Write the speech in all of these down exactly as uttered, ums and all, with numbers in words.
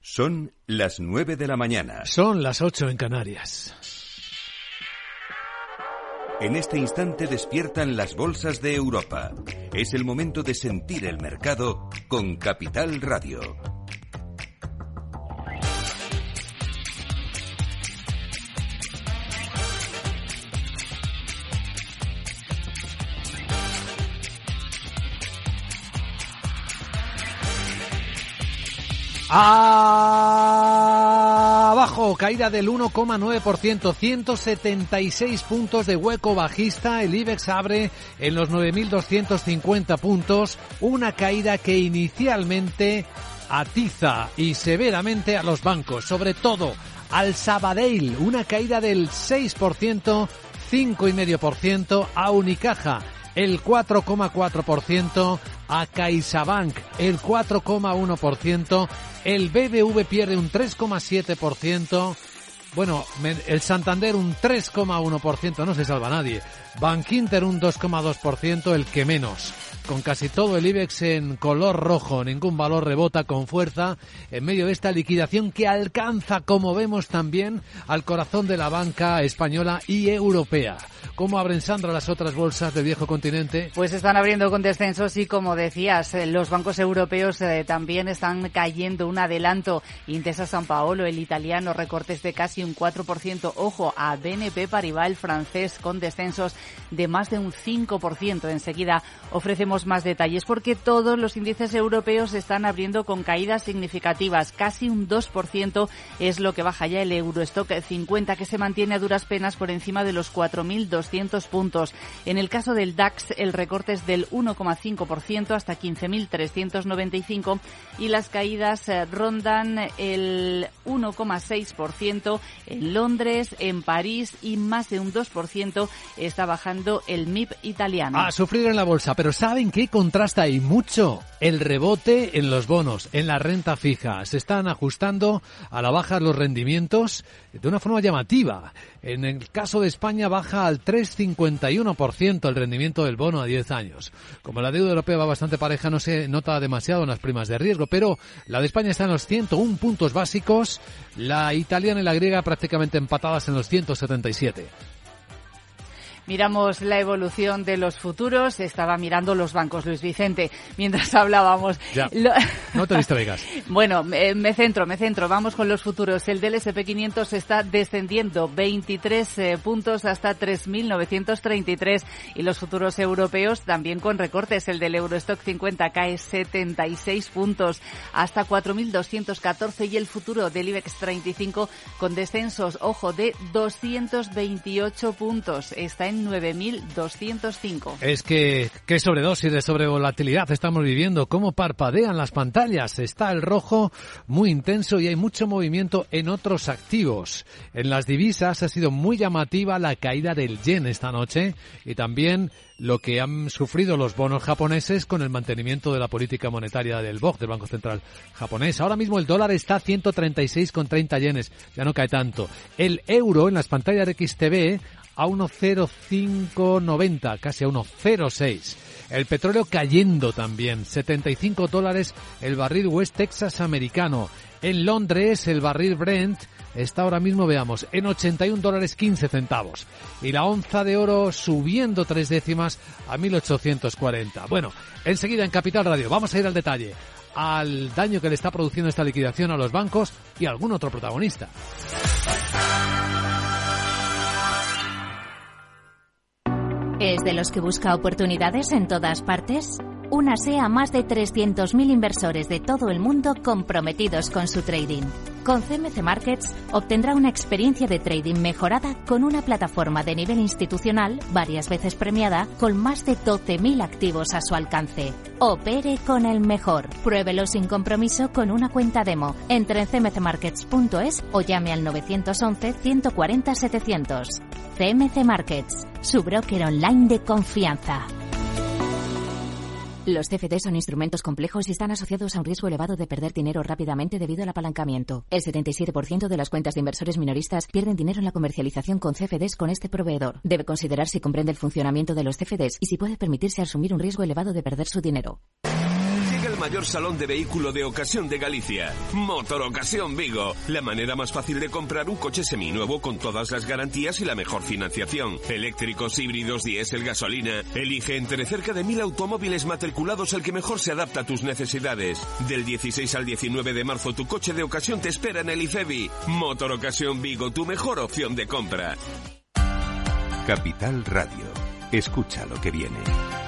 Son las nueve de la mañana. Son las ocho en Canarias. En este instante despiertan las bolsas de Europa. Es el momento de sentir el mercado con Capital Radio. Abajo, caída del uno coma nueve por ciento, ciento setenta y seis puntos de hueco bajista. El IBEX abre en los nueve mil doscientos cincuenta puntos, una caída que inicialmente atiza y severamente a los bancos, sobre todo al Sabadell, una caída del seis por ciento, cinco coma cinco por ciento, a Unicaja el cuatro coma cuatro por ciento, a CaixaBank el cuatro coma uno por ciento, el B B V pierde un tres coma siete por ciento, bueno, el Santander un tres coma uno por ciento, no se salva nadie, Bankinter un dos coma dos por ciento, el que menos, con casi todo el IBEX en color rojo, ningún valor rebota con fuerza en medio de esta liquidación que alcanza, como vemos también, al corazón de la banca española y europea. ¿Cómo abren, Sandra, las otras bolsas del viejo continente? Pues están abriendo con descensos y, como decías, los bancos europeos eh, también están cayendo. Un adelanto, Intesa San Paolo, el italiano, recortes de casi un cuatro por ciento. Ojo, a B N P Paribas, el francés, con descensos de más de un cinco por ciento. Enseguida ofrecemos más detalles porque todos los índices europeos están abriendo con caídas significativas. Casi un dos por ciento es lo que baja ya el Eurostock cincuenta, que se mantiene a duras penas por encima de los cuatro mil doscientos puntos. En el caso del DAX, el recorte es del uno coma cinco por ciento hasta quince mil trescientos noventa y cinco y las caídas eh, rondan el uno coma seis por ciento en Londres, en París, y más de un dos por ciento está bajando el M I P italiano. A sufrir en la bolsa, pero ¿saben qué contrasta y mucho? El rebote en los bonos, en la renta fija. Se están ajustando a la baja los rendimientos de una forma llamativa. En el caso de España baja al tres coma cincuenta y uno por ciento el rendimiento del bono a diez años. Como la deuda europea va bastante pareja, no se nota demasiado en las primas de riesgo, pero la de España está en los ciento uno puntos básicos, la italiana y la griega prácticamente empatadas en los ciento setenta y siete. Miramos la evolución de los futuros. Estaba mirando los bancos, Luis Vicente, mientras hablábamos. Ya, Lo... no te distraigas. Bueno, me, me centro, me centro. Vamos con los futuros. El del ese and pe quinientos está descendiendo veintitrés eh, puntos hasta tres mil novecientos treinta y tres. Y los futuros europeos también con recortes. El del Eurostock cincuenta cae setenta y seis puntos hasta cuatro mil doscientos catorce. Y el futuro del IBEX treinta y cinco con descensos, ojo, de doscientos veintiocho puntos. Está en nueve mil doscientos cinco. Es que qué sobredosis de sobrevolatilidad estamos viviendo, cómo parpadean las pantallas, está el rojo muy intenso y hay mucho movimiento en otros activos. En las divisas ha sido muy llamativa la caída del yen esta noche y también lo que han sufrido los bonos japoneses con el mantenimiento de la política monetaria del B O J, del Banco Central japonés. Ahora mismo el dólar está a ciento treinta y seis con treinta yenes, ya no cae tanto. El euro en las pantallas de X T V a uno coma cero cinco noventa, casi a uno coma cero seis. El petróleo cayendo también, setenta y cinco dólares el barril West Texas americano. En Londres el barril Brent está ahora mismo, veamos, en ochenta y un dólares quince centavos. Y la onza de oro subiendo tres décimas a mil ochocientos cuarenta. Bueno, enseguida en Capital Radio vamos a ir al detalle, al daño que le está produciendo esta liquidación a los bancos y a algún otro protagonista. ¿Es de los que busca oportunidades en todas partes? Únase a más de trescientos mil inversores de todo el mundo comprometidos con su trading. Con C M C Markets obtendrá una experiencia de trading mejorada con una plataforma de nivel institucional varias veces premiada con más de doce mil activos a su alcance. Opere con el mejor. Pruébelo sin compromiso con una cuenta demo. Entre en c m c markets punto es o llame al nueve once, ciento cuarenta, setecientos. C M C Markets, su broker online de confianza. Los C F D son instrumentos complejos y están asociados a un riesgo elevado de perder dinero rápidamente debido al apalancamiento. El setenta y siete por ciento de las cuentas de inversores minoristas pierden dinero en la comercialización con C F Ds con este proveedor. Debe considerar si comprende el funcionamiento de los C F Ds y si puede permitirse asumir un riesgo elevado de perder su dinero. Sigue el mayor salón de vehículo de ocasión de Galicia. Motor Ocasión Vigo, la manera más fácil de comprar un coche seminuevo con todas las garantías y la mejor financiación. Eléctricos, híbridos, diésel, gasolina. Elige entre cerca de mil automóviles matriculados el que mejor se adapta a tus necesidades. Del dieciséis al diecinueve de marzo tu coche de ocasión te espera en el IFEBI. Motor Ocasión Vigo, tu mejor opción de compra. Capital Radio. Escucha lo que viene.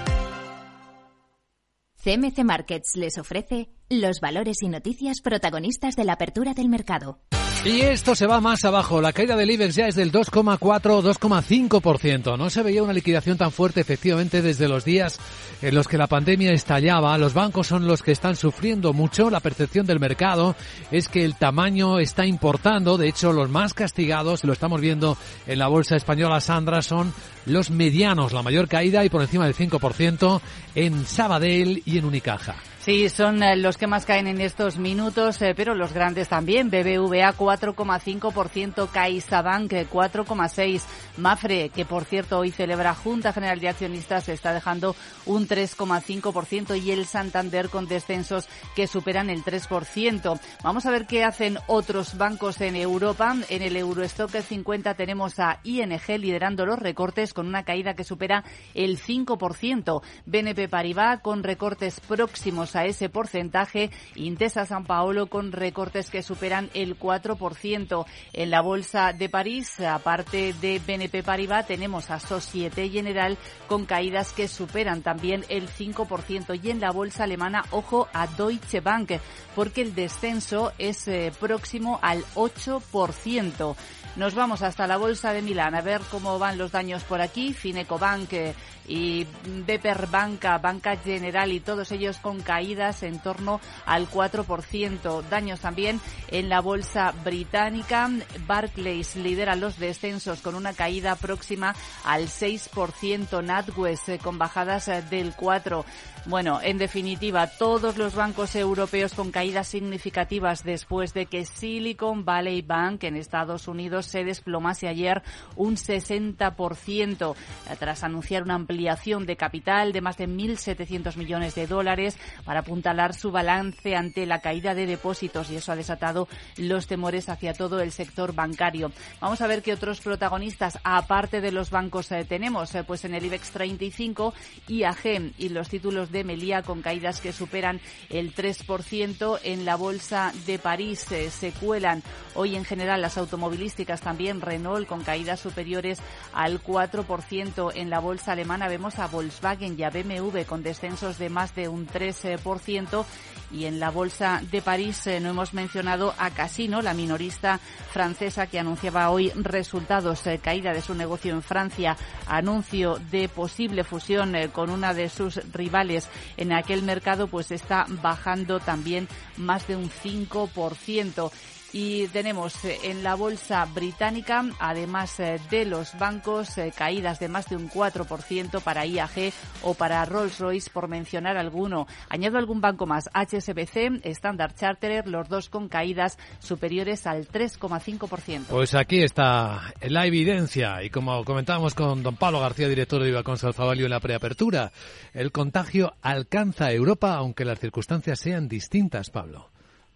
C M C Markets les ofrece los valores y noticias protagonistas de la apertura del mercado. Y esto se va más abajo. La caída del IBEX ya es del dos coma cuatro, dos coma cinco por ciento. No se veía una liquidación tan fuerte, efectivamente, desde los días en los que la pandemia estallaba. Los bancos son los que están sufriendo mucho. La percepción del mercado es que el tamaño está importando. De hecho, los más castigados, lo estamos viendo en la bolsa española, Sandra, son los medianos. La mayor caída y por encima del cinco por ciento en Sabadell y en Unicaja. Sí, son los que más caen en estos minutos, eh, pero los grandes también. B B V A cuatro coma cinco por ciento, CaixaBank cuatro coma seis por ciento, Mafre, que por cierto hoy celebra Junta General de Accionistas, está dejando un tres coma cinco por ciento y el Santander con descensos que superan el tres por ciento. Vamos a ver qué hacen otros bancos en Europa. En el Eurostock cincuenta tenemos a I N G liderando los recortes con una caída que supera el cinco por ciento. B N P Paribas con recortes próximos a ese porcentaje. Intesa San Paolo con recortes que superan el cuatro por ciento. En la bolsa de París, aparte de B N P Paribas, tenemos a Société Générale con caídas que superan también el cinco por ciento. Y en la bolsa alemana, ojo a Deutsche Bank, porque el descenso es eh, próximo al ocho por ciento. Nos vamos hasta la bolsa de Milán a ver cómo van los daños por aquí. Finecobank eh, y Beper Banca, Banca General y todos ellos con caídas en torno al cuatro por ciento. Daños también en la bolsa británica. Barclays lidera los descensos con una caída próxima al seis por ciento. NatWest eh, con bajadas eh, del cuatro por ciento. Bueno, en definitiva, todos los bancos europeos con caídas significativas después de que Silicon Valley Bank en Estados Unidos se desplomase ayer un sesenta por ciento tras anunciar una ampliación de capital de más de mil setecientos millones de dólares para apuntalar su balance ante la caída de depósitos, y eso ha desatado los temores hacia todo el sector bancario. Vamos a ver qué otros protagonistas, aparte de los bancos, eh, tenemos. Eh, pues en el IBEX treinta y cinco, I A G y los títulos de Meliá con caídas que superan el tres por ciento. En la bolsa de París eh, se cuelan hoy en general las automovilísticas, también Renault con caídas superiores al cuatro por ciento. En la bolsa alemana vemos a Volkswagen y a B M W con descensos de más de un tres por ciento. Y en la bolsa de París eh, no hemos mencionado a Casino, la minorista francesa que anunciaba hoy resultados, eh, caída de su negocio en Francia, anuncio de posible fusión eh, con una de sus rivales en aquel mercado, pues está bajando también más de un cinco por ciento. Y tenemos en la bolsa británica, además de los bancos, caídas de más de un cuatro por ciento para I A G o para Rolls-Royce, por mencionar alguno. Añado algún banco más, H S B C, Standard Chartered, los dos con caídas superiores al tres coma cinco por ciento. Pues aquí está la evidencia, y como comentábamos con don Pablo García, director de Ibacons Alfa Value en la preapertura, el contagio alcanza a Europa, aunque las circunstancias sean distintas, Pablo.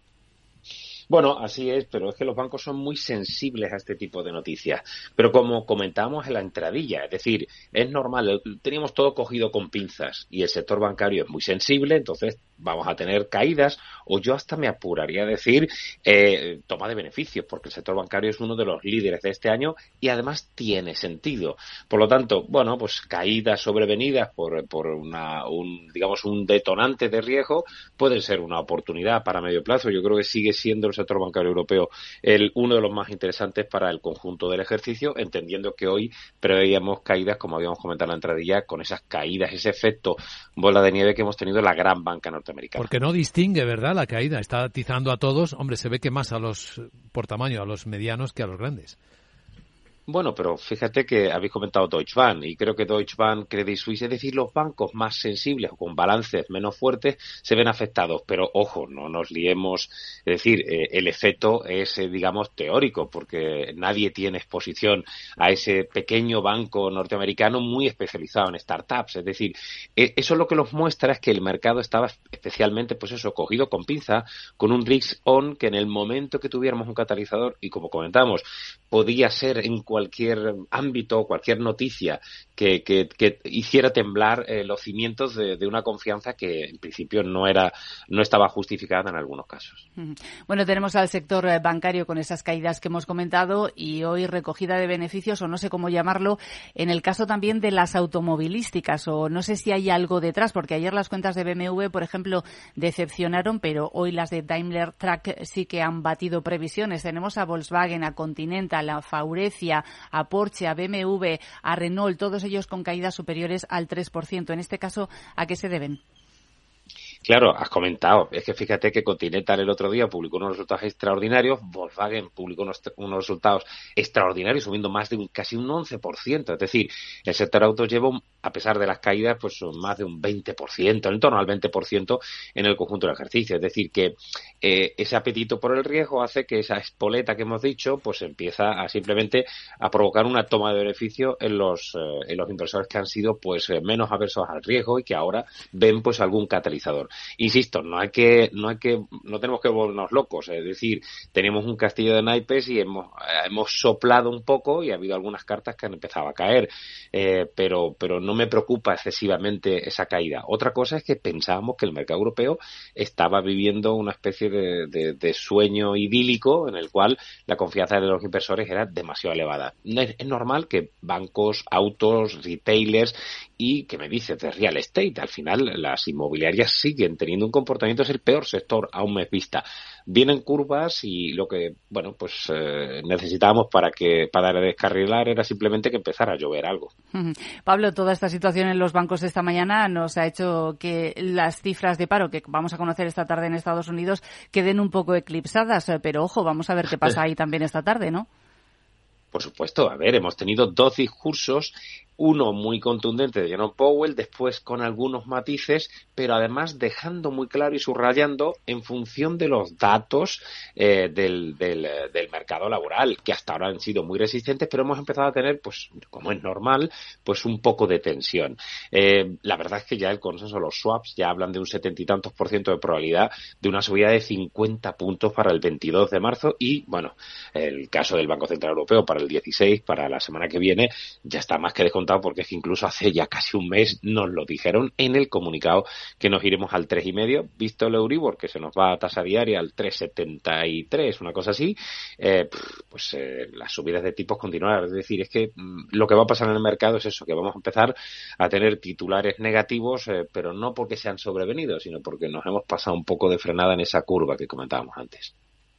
Bueno, así es, pero es que los bancos son muy sensibles a este tipo de noticias. Pero como comentábamos en la entradilla, es decir, es normal, teníamos todo cogido con pinzas y el sector bancario es muy sensible, entonces vamos a tener caídas, o yo hasta me apuraría a decir eh, toma de beneficios, porque el sector bancario es uno de los líderes de este año y además tiene sentido. Por lo tanto, bueno, pues caídas sobrevenidas por, por una, un, digamos, un detonante de riesgo pueden ser una oportunidad para medio plazo. Yo creo que sigue siendo el sector bancario europeo el uno de los más interesantes para el conjunto del ejercicio, entendiendo que hoy preveíamos caídas, como habíamos comentado en la entradilla, con esas caídas, ese efecto bola de nieve que hemos tenido en la gran banca norteamericana. Porque no distingue, ¿verdad?, la caída. Está atizando a todos. Hombre, se ve que más a los, por tamaño, a los medianos que a los grandes. Bueno, pero fíjate que habéis comentado Deutsche Bank y creo que Deutsche Bank, Credit Suisse, es decir, los bancos más sensibles o con balances menos fuertes se ven afectados. Pero ojo, no nos liemos, es decir, eh, el efecto es, eh, digamos, teórico porque nadie tiene exposición a ese pequeño banco norteamericano muy especializado en startups. Es decir, eh, eso lo que nos muestra es que el mercado estaba especialmente, pues eso, cogido con pinza, con un risk on que en el momento que tuviéramos un catalizador y como comentamos, podía ser en cualquier ámbito, cualquier noticia que, que, que hiciera temblar eh, los cimientos de, de una confianza que en principio no era, no estaba justificada en algunos casos. Bueno, tenemos al sector bancario con esas caídas que hemos comentado y hoy recogida de beneficios, o no sé cómo llamarlo, en el caso también de las automovilísticas, o no sé si hay algo detrás, porque ayer las cuentas de B M W, por ejemplo, decepcionaron, pero hoy las de Daimler Truck sí que han batido previsiones. Tenemos a Volkswagen, a Continental, a Faurecia, a Porsche, a B M W, a Renault, todos ellos con caídas superiores al tres por ciento. En este caso, ¿a qué se deben? Claro, has comentado. Es que fíjate que Continental el otro día publicó unos resultados extraordinarios, Volkswagen publicó unos, unos resultados extraordinarios, subiendo más de un casi un once por ciento. Es decir, el sector auto lleva, a pesar de las caídas, pues más de un veinte por ciento, en torno al veinte por ciento en el conjunto del ejercicio. Es decir, que eh, ese apetito por el riesgo hace que esa espoleta que hemos dicho, pues empieza a simplemente a provocar una toma de beneficio en los, eh, en los inversores que han sido pues menos aversos al riesgo y que ahora ven pues algún catalizador. Insisto, no hay que, no hay que, no tenemos que volvernos locos, es decir, tenemos un castillo de naipes y hemos, hemos soplado un poco y ha habido algunas cartas que han empezado a caer, eh, pero, pero no me preocupa excesivamente esa caída. Otra cosa es que pensábamos que el mercado europeo estaba viviendo una especie de, de, de sueño idílico en el cual la confianza de los inversores era demasiado elevada. Es, es normal que bancos, autos, retailers y, ¿qué me dices?, de real estate, al final las inmobiliarias siguen teniendo un comportamiento, es el peor sector a un mes vista. Vienen curvas y lo que, bueno, pues eh, necesitábamos para que para descarrilar era simplemente que empezara a llover algo. Pablo, toda esta situación en los bancos esta mañana nos ha hecho que las cifras de paro que vamos a conocer esta tarde en Estados Unidos queden un poco eclipsadas, pero ojo, vamos a ver qué pasa ahí también esta tarde, ¿no? Por supuesto, a ver, hemos tenido dos discursos, uno muy contundente de Jerome Powell, después con algunos matices, pero además dejando muy claro y subrayando en función de los datos eh, del, del, del mercado laboral, que hasta ahora han sido muy resistentes, pero hemos empezado a tener, pues, como es normal, pues un poco de tensión. Eh, la verdad es que ya el consenso, los swaps, ya hablan de un setenta y tantos por ciento de probabilidad de una subida de cincuenta puntos para el veintidós de marzo y, bueno, el caso del Banco Central Europeo para el dieciséis, para la semana que viene, ya está más que descontado porque es que incluso hace ya casi un mes nos lo dijeron en el comunicado que nos iremos al tres coma cinco, visto el Euribor que se nos va a tasa diaria al tres coma setenta y tres, una cosa así, eh, pues eh, las subidas de tipos continuarán. Es decir, es que mm, lo que va a pasar en el mercado es eso, que vamos a empezar a tener titulares negativos, eh, pero no porque sean sobrevenidos, sino porque nos hemos pasado un poco de frenada en esa curva que comentábamos antes.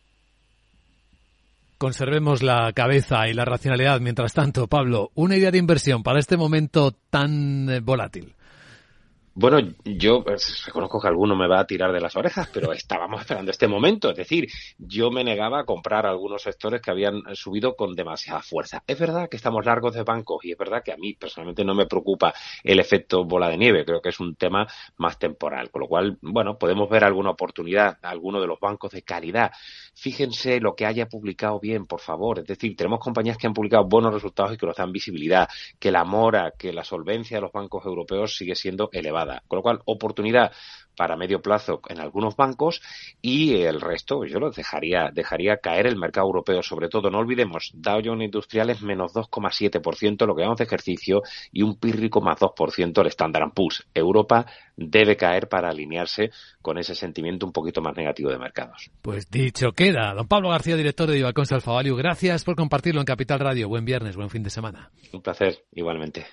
Conservemos la cabeza y la racionalidad. Mientras tanto, Pablo, una idea de inversión para este momento tan eh, volátil. Bueno, yo pues, reconozco que alguno me va a tirar de las orejas, pero estábamos esperando este momento. Es decir, yo me negaba a comprar algunos sectores que habían subido con demasiada fuerza. Es verdad que estamos largos de bancos y es verdad que a mí personalmente no me preocupa el efecto bola de nieve. Creo que es un tema más temporal. Con lo cual, bueno, podemos ver alguna oportunidad, alguno de los bancos de calidad. Fíjense lo que haya publicado bien, por favor. Es decir, tenemos compañías que han publicado buenos resultados y que nos dan visibilidad, que la mora, que la solvencia de los bancos europeos sigue siendo elevada. Con lo cual, oportunidad para medio plazo en algunos bancos y el resto yo los dejaría dejaría caer el mercado europeo. Sobre todo, no olvidemos, Dow Jones Industriales menos dos coma siete por ciento lo que vamos de ejercicio y un pírrico más dos por ciento el Standard and Poor's. Europa debe caer para alinearse con ese sentimiento un poquito más negativo de mercados. Pues dicho queda. Don Pablo García, director de Ivalcosa Alfa Value, gracias por compartirlo en Capital Radio. Buen viernes, buen fin de semana. Un placer, igualmente.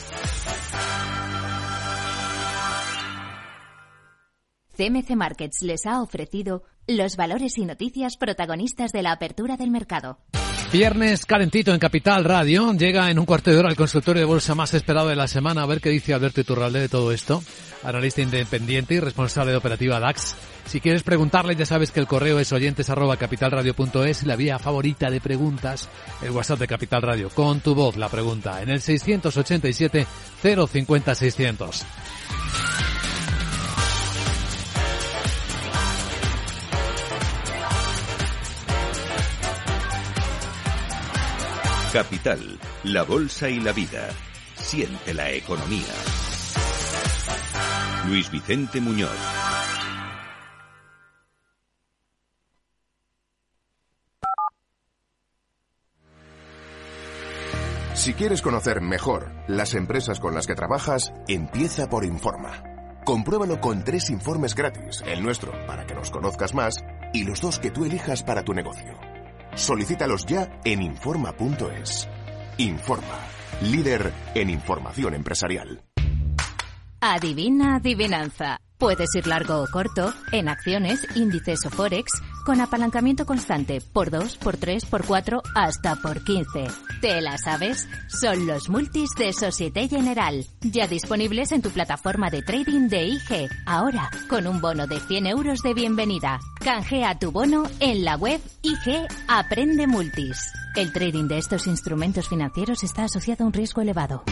C M C Markets les ha ofrecido los valores y noticias protagonistas de la apertura del mercado. Viernes calentito en Capital Radio. Llega en un cuarto de hora el consultorio de bolsa más esperado de la semana. A ver qué dice Alberto Iturralde de todo esto. Analista independiente y responsable de operativa DAX. Si quieres preguntarle, ya sabes que el correo es oyentes arroba capitalradio punto es y la vía favorita de preguntas, el WhatsApp de Capital Radio. Con tu voz la pregunta en el seiscientos ochenta y siete cero cincuenta seiscientos. Capital, la bolsa y la vida. Siente la economía. Luis Vicente Muñoz. Si quieres conocer mejor las empresas con las que trabajas, empieza por Informa. Compruébalo con tres informes gratis, el nuestro para que nos conozcas más y los dos que tú elijas para tu negocio. Solicítalos ya en Informa punto es. Informa, líder en información empresarial. Adivina adivinanza. Puedes ir largo o corto, en acciones, índices o forex, con apalancamiento constante, por dos, por tres, por cuatro, hasta por quince. ¿Te la sabes? Son los multis de Société Générale, ya disponibles en tu plataforma de trading de I G. Ahora, con un bono de cien euros de bienvenida. Canjea tu bono en la web I G Aprende Multis. El trading de estos instrumentos financieros está asociado a un riesgo elevado.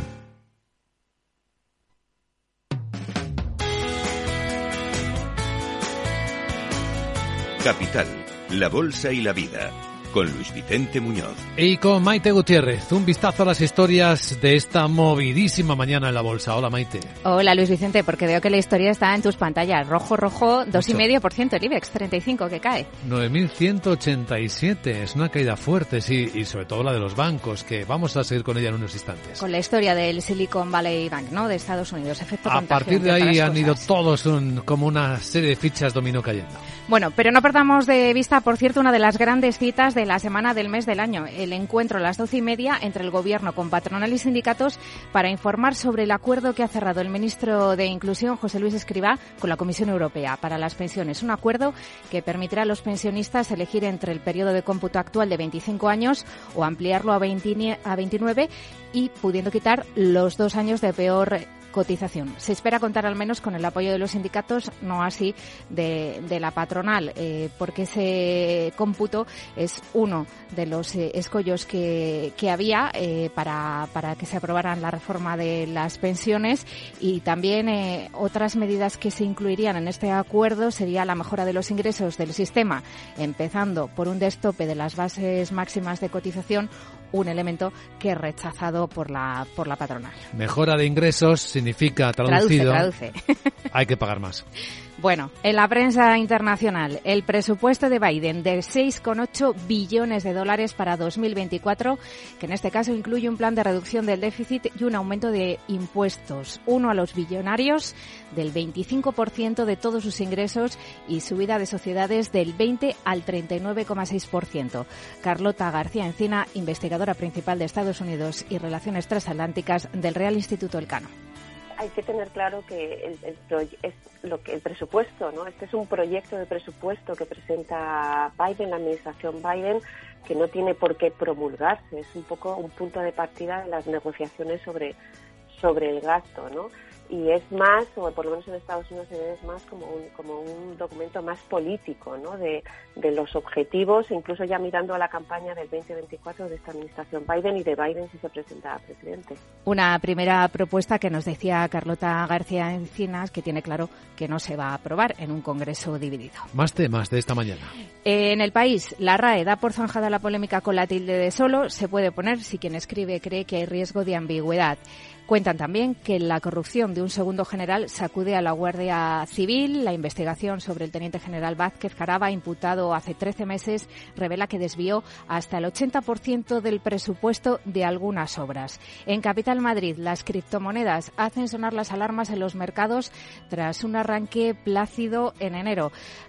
Capital, la bolsa y la vida, con Luis Vicente Muñoz. Y con Maite Gutiérrez, un vistazo a las historias de esta movidísima mañana en la bolsa. Hola, Maite. Hola, Luis Vicente, porque veo que la historia está en tus pantallas. Rojo, rojo, dos coma cinco por ciento el IBEX, treinta y cinco que cae. nueve mil ciento ochenta y siete, es una caída fuerte, sí, y sobre todo la de los bancos, que vamos a seguir con ella en unos instantes. Con la historia del Silicon Valley Bank, ¿no?, de Estados Unidos, efecto A contagio, partir de ahí han cosas. ido todos un, como una serie de fichas dominó cayendo. Bueno, pero no perdamos de vista, por cierto, una de las grandes citas de la semana del mes del año, el encuentro a las doce y media entre el Gobierno con patronal y sindicatos para informar sobre el acuerdo que ha cerrado el ministro de Inclusión, José Luis Escrivá, con la Comisión Europea para las pensiones. Un acuerdo que permitirá a los pensionistas elegir entre el periodo de cómputo actual de veinticinco años o ampliarlo a veinte, a veintinueve y pudiendo quitar los dos años de peor cotización. Se espera contar al menos con el apoyo de los sindicatos, no así de, de la patronal, eh, porque ese cómputo es uno de los eh, escollos que, que había eh, para, para que se aprobaran la reforma de las pensiones, y también eh, otras medidas que se incluirían en este acuerdo sería la mejora de los ingresos del sistema, empezando por un destope de las bases máximas de cotización, un elemento que es rechazado por la por la patronal. Mejora de ingresos significa, traducido, traduce, traduce. Hay que pagar más. Bueno, en la prensa internacional, el presupuesto de Biden de seis coma ocho billones de dólares para dos mil veinticuatro, que en este caso incluye un plan de reducción del déficit y un aumento de impuestos, uno a los billonarios del veinticinco por ciento de todos sus ingresos y subida de sociedades del veinte al treinta y nueve coma seis por ciento. Carlota García Encina, investigadora principal de Estados Unidos y Relaciones Transatlánticas del Real Instituto Elcano. Hay que tener claro que el, el, proye- es lo que el presupuesto, ¿no? Este es un proyecto de presupuesto que presenta Biden, la administración Biden, que no tiene por qué promulgarse. Es un poco un punto de partida de las negociaciones sobre sobre el gasto, ¿no? Y es más, o por lo menos en Estados Unidos se ve es más como un como un documento más político, ¿no? De, de los objetivos, incluso ya mirando a la campaña del veinte veinticuatro de esta administración Biden y de Biden si se presenta a presidente. Una primera propuesta que nos decía Carlota García Encinas, que tiene claro que no se va a aprobar en un Congreso dividido. Más temas de esta mañana. En el país, la R A E da por zanjada la polémica con la tilde de solo. Se puede poner si quien escribe cree que hay riesgo de ambigüedad. Cuentan también que la corrupción de un segundo general sacude a la Guardia Civil. La investigación sobre el teniente general Vázquez Caraba, imputado hace trece meses, revela que desvió hasta el ochenta por ciento del presupuesto de algunas obras. En Capital Madrid, las criptomonedas hacen sonar las alarmas en los mercados tras un arranque plácido en enero.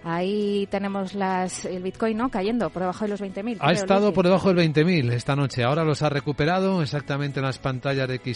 Ahí tenemos las el Bitcoin, ¿no?, cayendo por debajo de los veinte mil. Ha estado por debajo del veinte mil esta noche. Ahora los ha recuperado exactamente en las pantallas de X T V.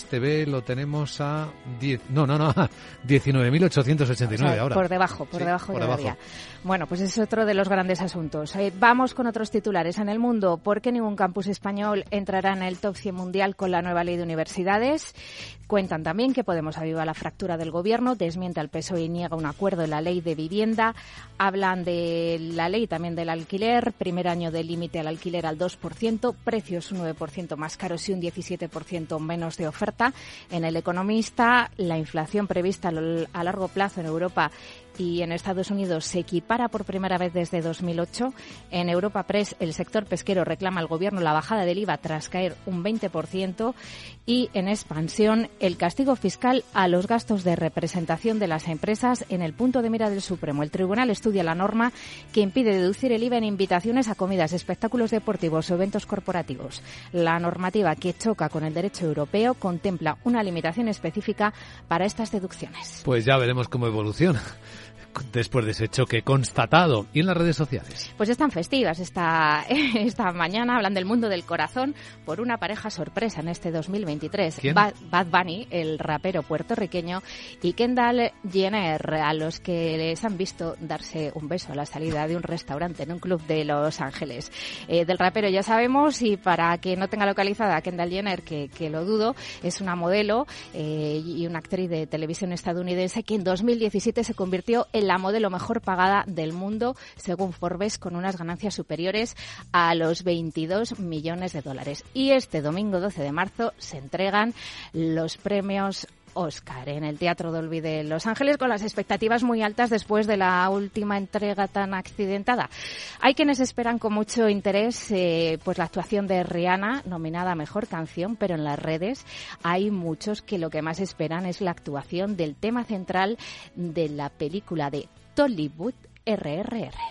lo tenemos a diez, no, no, no, diecinueve mil ochocientos ochenta y nueve, o sea, ahora. Por debajo, por sí, debajo por todavía. debajo. Bueno, pues es otro de los grandes asuntos. Eh, vamos con otros titulares. En el mundo, ¿por qué ningún campus español entrará en el top cien mundial con la nueva ley de universidades? Cuentan también que Podemos aviva la fractura del gobierno, desmiente al P S O E y niega un acuerdo en la ley de vivienda. Hablan de la ley también del alquiler, primer año de límite al alquiler al dos por ciento, precios un nueve por ciento más caros y un diecisiete por ciento menos de oferta. En El Economista, la inflación prevista a largo plazo en Europa y en Estados Unidos se equipara por primera vez desde dos mil ocho. En Europa Press, el sector pesquero reclama al gobierno la bajada del I V A tras caer un veinte por ciento. Y en Expansión, el castigo fiscal a los gastos de representación de las empresas en el punto de mira del Supremo. El tribunal estudia la norma que impide deducir el I V A en invitaciones a comidas, espectáculos deportivos o eventos corporativos. La normativa, que choca con el derecho europeo, contempla una limitación específica para estas deducciones. Pues ya veremos cómo evoluciona después de ese choque constatado. ¿Y en las redes sociales? Pues están festivas esta, esta mañana. Hablan del mundo del corazón por una pareja sorpresa en este dos mil veintitrés. ¿Quién? Bad, Bad Bunny, el rapero puertorriqueño, y Kendall Jenner, a los que les han visto darse un beso a la salida de un restaurante en un club de Los Ángeles. Eh, del rapero ya sabemos, y para que no tenga localizada a Kendall Jenner, que, que lo dudo, es una modelo eh, y una actriz de televisión estadounidense que en dos mil diecisiete se convirtió en la modelo mejor pagada del mundo, según Forbes, con unas ganancias superiores a los veintidós millones de dólares. Y este domingo doce de marzo se entregan los premios Oscar en el Teatro Dolby de Los Ángeles, con las expectativas muy altas después de la última entrega tan accidentada. Hay quienes esperan con mucho interés eh, pues la actuación de Rihanna, nominada a Mejor Canción, pero en las redes hay muchos que lo que más esperan es la actuación del tema central de la película de Tollywood, R R R.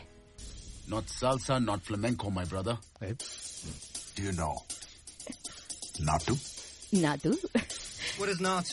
Not salsa, not flamenco, my brother. ¿Eh? Do you know? Not to? Not to. What is Natu?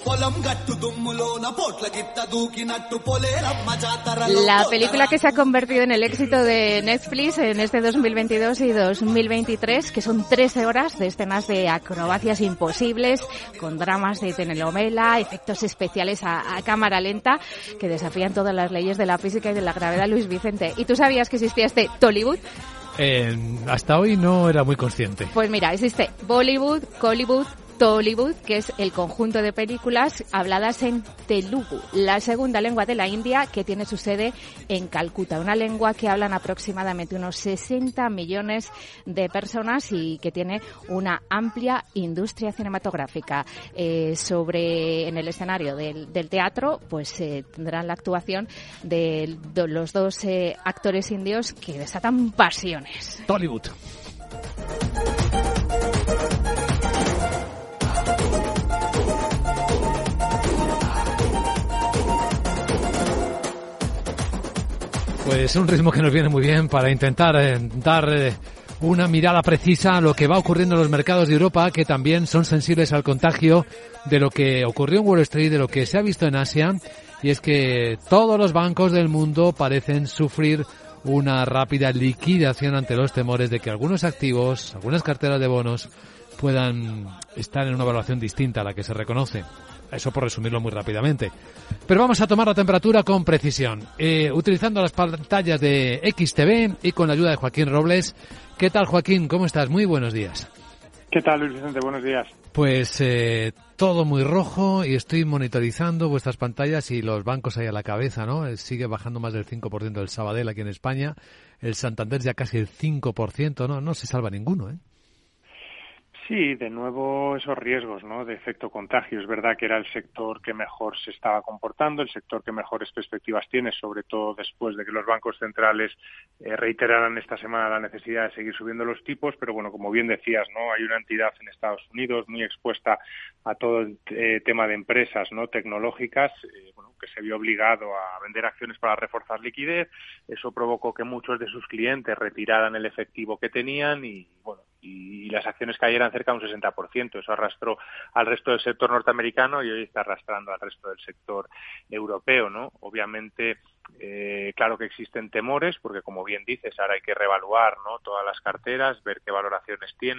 La película que se ha convertido en el éxito de Netflix en este dos mil veintidós y dos mil veintitrés, que son trece horas de escenas de acrobacias imposibles, con dramas de telenovela, efectos especiales a, a cámara lenta, que desafían todas las leyes de la física y de la gravedad. Luis Vicente, ¿y tú sabías que existía este Tollywood? Eh, hasta hoy no era muy consciente. Pues mira, existe Bollywood, Collywood, Tollywood, que es el conjunto de películas habladas en Telugu, la segunda lengua de la India, que tiene su sede en Calcuta, una lengua que hablan aproximadamente unos sesenta millones de personas y que tiene una amplia industria cinematográfica. Eh, sobre en el escenario del, del teatro, pues eh, tendrán la actuación de, de los dos eh, actores indios que desatan pasiones. Tollywood. Pues un ritmo que nos viene muy bien para intentar eh, dar eh, una mirada precisa a lo que va ocurriendo en los mercados de Europa, que también son sensibles al contagio de lo que ocurrió en Wall Street, de lo que se ha visto en Asia, y es que todos los bancos del mundo parecen sufrir una rápida liquidación ante los temores de que algunos activos, algunas carteras de bonos, puedan estar en una evaluación distinta a la que se reconoce. Eso por resumirlo muy rápidamente. Pero vamos a tomar la temperatura con precisión, eh, utilizando las pantallas de X T V y con la ayuda de Joaquín Robles. ¿Qué tal, Joaquín? ¿Cómo estás? Muy buenos días. ¿Qué tal, Luis Vicente? Buenos días. Pues eh, todo muy rojo y estoy monitorizando vuestras pantallas y los bancos ahí a la cabeza, ¿no? Eh, sigue bajando más del cinco por ciento el Sabadell aquí en España. El Santander ya casi el cinco por ciento, ¿no? No se salva ninguno, ¿eh? Sí, de nuevo esos riesgos, ¿no?, de efecto contagio. Es verdad que era el sector que mejor se estaba comportando, el sector que mejores perspectivas tiene, sobre todo después de que los bancos centrales eh, reiteraran esta semana la necesidad de seguir subiendo los tipos. Pero bueno, como bien decías, ¿no?, hay una entidad en Estados Unidos muy expuesta a todo el eh, tema de empresas, ¿no?, tecnológicas, eh, bueno, que se vio obligado a vender acciones para reforzar liquidez. Eso provocó que muchos de sus clientes retiraran el efectivo que tenían y, bueno, y las acciones cayeran cerca de un sesenta por ciento. Eso arrastró al resto del sector norteamericano y hoy está arrastrando al resto del sector europeo, ¿no? Obviamente, eh, claro que existen temores, porque como bien dices, ahora hay que reevaluar, ¿no?, todas las carteras, ver qué valoraciones tienen.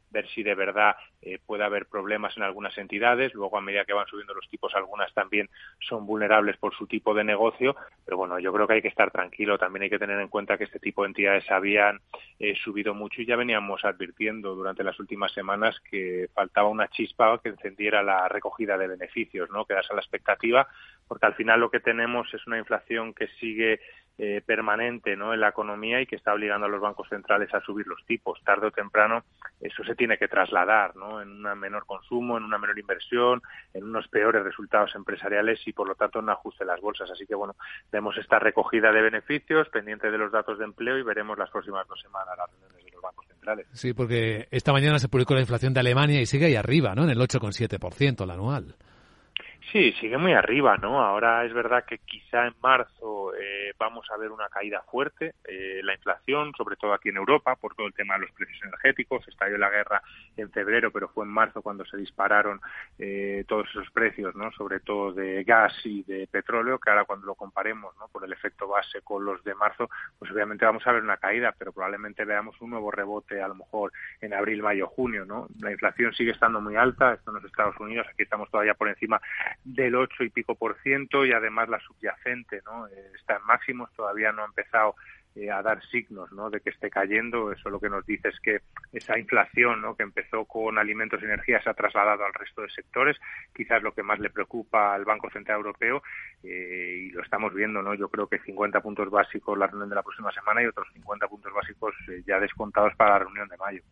ver si de verdad eh, puede haber problemas en algunas entidades. Luego, a medida que van subiendo los tipos, algunas también son vulnerables por su tipo de negocio. Pero bueno, yo creo que hay que estar tranquilo. También hay que tener en cuenta que este tipo de entidades habían eh, subido mucho y ya veníamos advirtiendo durante las últimas semanas que faltaba una chispa que encendiera la recogida de beneficios, ¿no? Quedarse a la expectativa, porque al final lo que tenemos es una inflación que sigue eh, permanente, ¿no?, en la economía y que está obligando a los bancos centrales a subir los tipos. Tarde o temprano eso se tiene que trasladar, ¿no?, en un menor consumo, en una menor inversión, en unos peores resultados empresariales y por lo tanto en un ajuste de las bolsas. Así que bueno, vemos esta recogida de beneficios pendiente de los datos de empleo y veremos las próximas dos semanas las reuniones de los bancos centrales. Sí, porque esta mañana se publicó la inflación de Alemania y sigue ahí arriba, ¿no?, en el ocho coma siete por ciento la anual. Sí, sigue muy arriba, ¿no? Ahora es verdad que quizá en marzo eh, vamos a ver una caída fuerte, eh, la inflación, sobre todo aquí en Europa, por todo el tema de los precios energéticos. Estalló la guerra en febrero, pero fue en marzo cuando se dispararon eh, todos esos precios, ¿no?, sobre todo de gas y de petróleo, que ahora cuando lo comparemos, ¿no?, por el efecto base con los de marzo, pues obviamente vamos a ver una caída, pero probablemente veamos un nuevo rebote a lo mejor en abril, mayo, junio, ¿no? La inflación sigue estando muy alta, esto en los Estados Unidos, aquí estamos todavía por encima del ocho y pico por ciento y además la subyacente, ¿no?, eh, está en máximos, todavía no ha empezado eh, a dar signos, ¿no?, de que esté cayendo. Eso lo que nos dice es que esa inflación, ¿no?, que empezó con alimentos y energía se ha trasladado al resto de sectores, quizás lo que más le preocupa al Banco Central Europeo, eh, y lo estamos viendo, ¿no? Yo creo que cincuenta puntos básicos la reunión de la próxima semana y otros cincuenta puntos básicos eh, ya descontados para la reunión de mayo.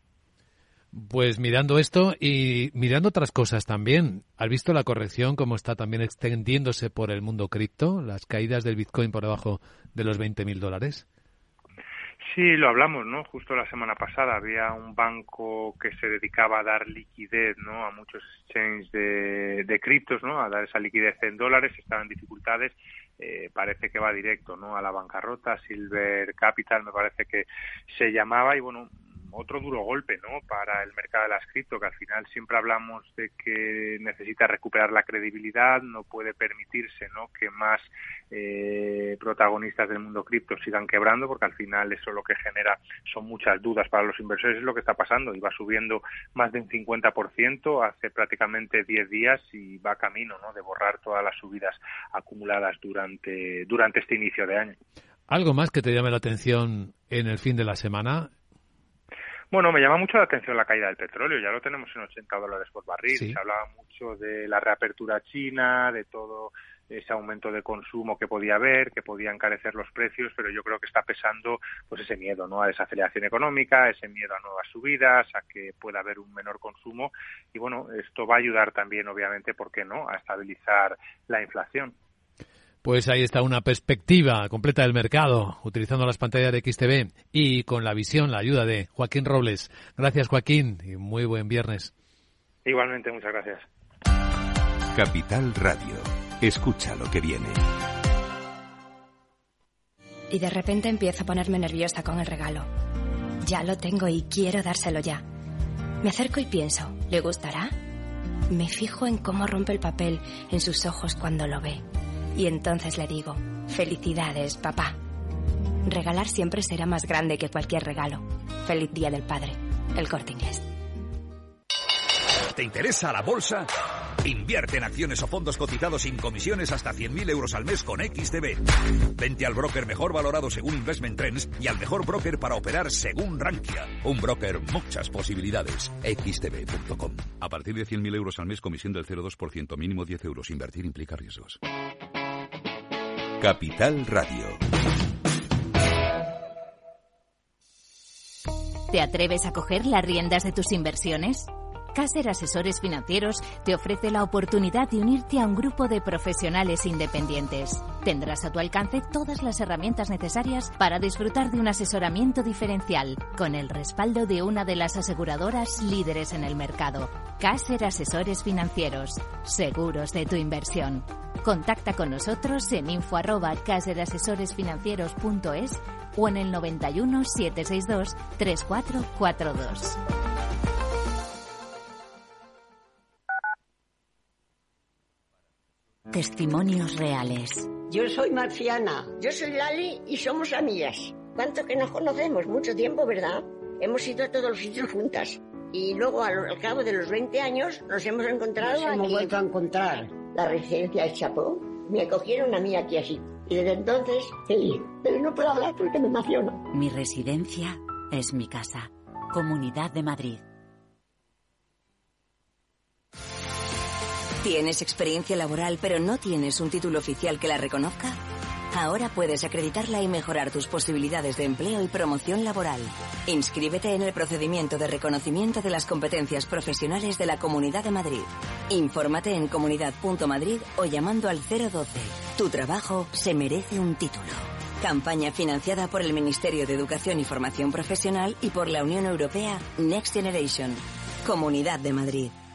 Pues mirando esto y mirando otras cosas también, ¿has visto la corrección cómo está también extendiéndose por el mundo cripto? Las caídas del Bitcoin por debajo de los veinte mil dólares. Sí, lo hablamos, ¿no? Justo la semana pasada había un banco que se dedicaba a dar liquidez, ¿no?, a muchos exchanges de, de criptos, ¿no?, a dar esa liquidez en dólares, estaba en dificultades. Eh, parece que va directo, ¿no?, a la bancarrota. Silver Capital me parece que se llamaba y bueno, otro duro golpe, ¿no?, para el mercado de las cripto, que al final siempre hablamos de que necesita recuperar la credibilidad, no puede permitirse, ¿no?, que más eh, protagonistas del mundo cripto sigan quebrando, porque al final eso lo que genera son muchas dudas para los inversores. Es lo que está pasando, y va subiendo más de un cincuenta por ciento hace prácticamente diez días y va camino, ¿no?, de borrar todas las subidas acumuladas durante, durante este inicio de año. ¿Algo más que te llame la atención en el fin de la semana? Bueno, me llama mucho la atención la caída del petróleo. Ya lo tenemos en ochenta dólares por barril. Sí. Se hablaba mucho de la reapertura china, de todo ese aumento de consumo que podía haber, que podía encarecer los precios, pero yo creo que está pesando pues ese miedo, ¿no?, a desaceleración económica, ese miedo a nuevas subidas, a que pueda haber un menor consumo. Y bueno, esto va a ayudar también, obviamente, ¿por qué no?, a estabilizar la inflación. Pues ahí está una perspectiva completa del mercado, utilizando las pantallas de X T V y con la visión, la ayuda de Joaquín Robles. Gracias, Joaquín, y muy buen viernes. Igualmente, muchas gracias. Capital Radio. Escucha lo que viene. Y de repente empiezo a ponerme nerviosa con el regalo. Ya lo tengo y quiero dárselo ya. Me acerco y pienso, ¿le gustará? Me fijo en cómo rompe el papel en sus ojos cuando lo ve. Y entonces le digo, felicidades, papá. Regalar siempre será más grande que cualquier regalo. Feliz Día del Padre. El Corte Inglés. ¿Te interesa la bolsa? Invierte en acciones o fondos cotizados sin comisiones hasta cien mil euros al mes con X T B. Vente al broker mejor valorado según Investment Trends y al mejor broker para operar según Rankia. Un broker, muchas posibilidades. X T B punto com. A partir de cien mil euros al mes, comisión del cero coma dos por ciento, mínimo diez euros. Invertir implica riesgos. Capital Radio. ¿Te atreves a coger las riendas de tus inversiones? Caser Asesores Financieros te ofrece la oportunidad de unirte a un grupo de profesionales independientes. Tendrás a tu alcance todas las herramientas necesarias para disfrutar de un asesoramiento diferencial, con el respaldo de una de las aseguradoras líderes en el mercado. Caser Asesores Financieros, seguros de tu inversión. Contacta con nosotros en info arroba caser asesores financieros punto es o en el noventa y uno, setecientos sesenta y dos, treinta y cuatro cuarenta y dos. Testimonios reales. Yo soy Marciana. Yo soy Lali y somos amigas. ¿Cuánto que nos conocemos? Mucho tiempo, ¿verdad? Hemos ido a todos los sitios juntas. Y luego, al, al cabo de los veinte años, nos hemos encontrado Nos hemos aquí. vuelto a encontrar. La residencia de Chapó. Me cogieron a mí aquí así. Y desde entonces, feliz. Pero no puedo hablar porque me emociono. Mi residencia es mi casa. Comunidad de Madrid. ¿Tienes experiencia laboral pero no tienes un título oficial que la reconozca? Ahora puedes acreditarla y mejorar tus posibilidades de empleo y promoción laboral. Inscríbete en el procedimiento de reconocimiento de las competencias profesionales de la Comunidad de Madrid. Infórmate en comunidad punto madrid o llamando al cero doce. Tu trabajo se merece un título. Campaña financiada por el Ministerio de Educación y Formación Profesional y por la Unión Europea Next Generation. Comunidad de Madrid.